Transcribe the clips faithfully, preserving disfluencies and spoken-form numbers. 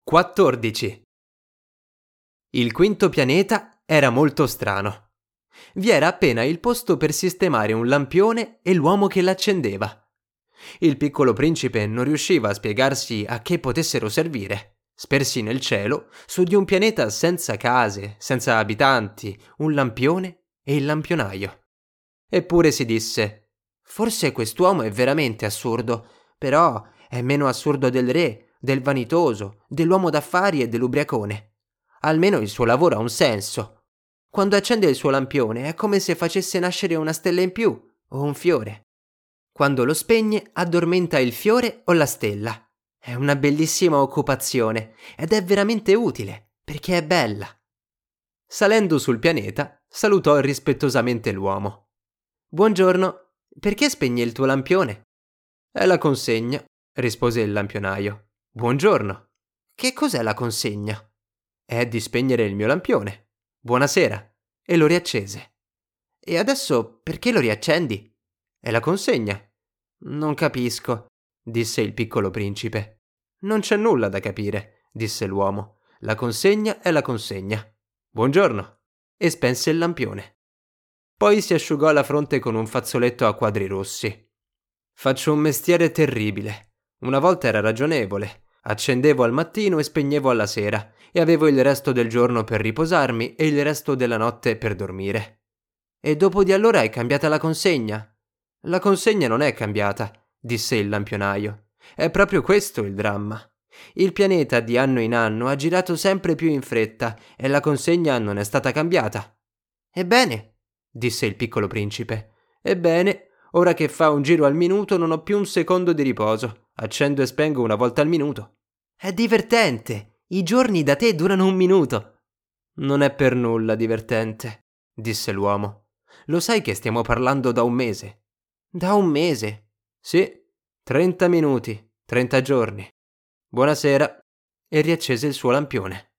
quattordici. Il quinto pianeta era molto strano. Vi era appena il posto per sistemare un lampione e l'uomo che l'accendeva. Il piccolo principe non riusciva a spiegarsi a che potessero servire, spersi nel cielo, su di un pianeta senza case, senza abitanti, un lampione e il lampionaio. Eppure si disse: forse quest'uomo è veramente assurdo, però è meno assurdo del re, del vanitoso, dell'uomo d'affari e dell'ubriacone. Almeno il suo lavoro ha un senso. Quando accende il suo lampione è come se facesse nascere una stella in più o un fiore. Quando lo spegne addormenta il fiore o la stella. È una bellissima occupazione ed è veramente utile perché è bella. Salendo sul pianeta, salutò rispettosamente l'uomo. Buongiorno, perché spegni il tuo lampione? È la consegna, rispose il lampionaio. Buongiorno. Che cos'è la consegna? È di spegnere il mio lampione. Buonasera. E lo riaccese. E adesso perché lo riaccendi? È la consegna. Non capisco, disse il piccolo principe. Non c'è nulla da capire, disse l'uomo. La consegna è la consegna. Buongiorno. E spense il lampione. Poi si asciugò la fronte con un fazzoletto a quadri rossi. Faccio un mestiere terribile. Una volta era ragionevole. Accendevo al mattino e spegnevo alla sera, e avevo il resto del giorno per riposarmi e il resto della notte per dormire. E dopo di allora è cambiata la consegna? La consegna non è cambiata, disse il lampionaio. È proprio questo il dramma. Il pianeta di anno in anno ha girato sempre più in fretta e la consegna non è stata cambiata. Ebbene, disse il piccolo principe, ebbene, ora che fa un giro al minuto non ho più un secondo di riposo. Accendo e spengo una volta al minuto. È divertente! I giorni da te durano un minuto. Non è per nulla divertente, disse l'uomo. Lo sai che stiamo parlando da un mese? Da un mese? Sì, trenta minuti, trenta giorni. Buonasera. E riaccese il suo lampione.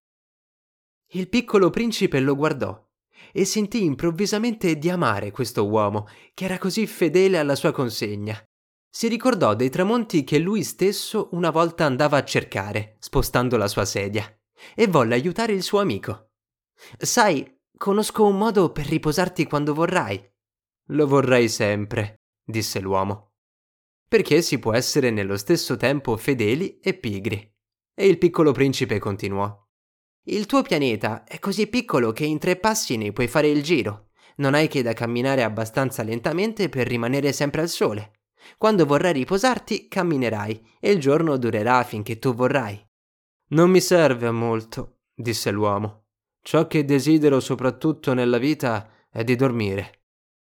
Il piccolo principe lo guardò e sentì improvvisamente di amare questo uomo che era così fedele alla sua consegna. Si ricordò dei tramonti che lui stesso una volta andava a cercare, spostando la sua sedia, e volle aiutare il suo amico. Sai, conosco un modo per riposarti quando vorrai. Lo vorrei sempre, disse l'uomo, perché si può essere nello stesso tempo fedeli e pigri. E il piccolo principe continuò. Il tuo pianeta è così piccolo che in tre passi ne puoi fare il giro. Non hai che da camminare abbastanza lentamente per rimanere sempre al sole. Quando vorrai riposarti, camminerai e il giorno durerà finché tu vorrai. Non mi serve a molto, disse l'uomo. Ciò che desidero soprattutto nella vita è di dormire.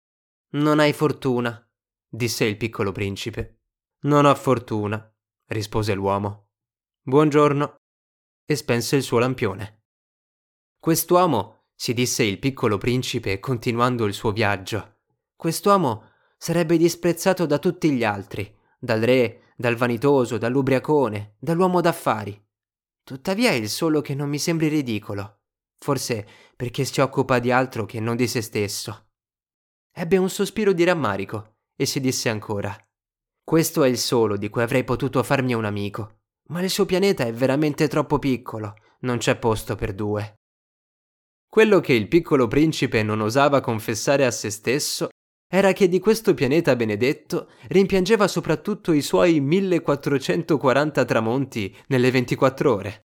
Non hai fortuna, disse il piccolo principe. Non ho fortuna, rispose l'uomo. Buongiorno. E spense il suo lampione. Quest'uomo, si disse il piccolo principe continuando il suo viaggio, quest'uomo sarebbe disprezzato da tutti gli altri, dal re, dal vanitoso, dall'ubriacone, dall'uomo d'affari. Tuttavia è il solo che non mi sembri ridicolo, forse perché si occupa di altro che non di se stesso. Ebbe un sospiro di rammarico e si disse ancora: questo è il solo di cui avrei potuto farmi un amico, ma il suo pianeta è veramente troppo piccolo, non c'è posto per due. Quello che il piccolo principe non osava confessare a se stesso era che di questo pianeta benedetto rimpiangeva soprattutto i suoi millequattrocentoquaranta tramonti nelle ventiquattro ore.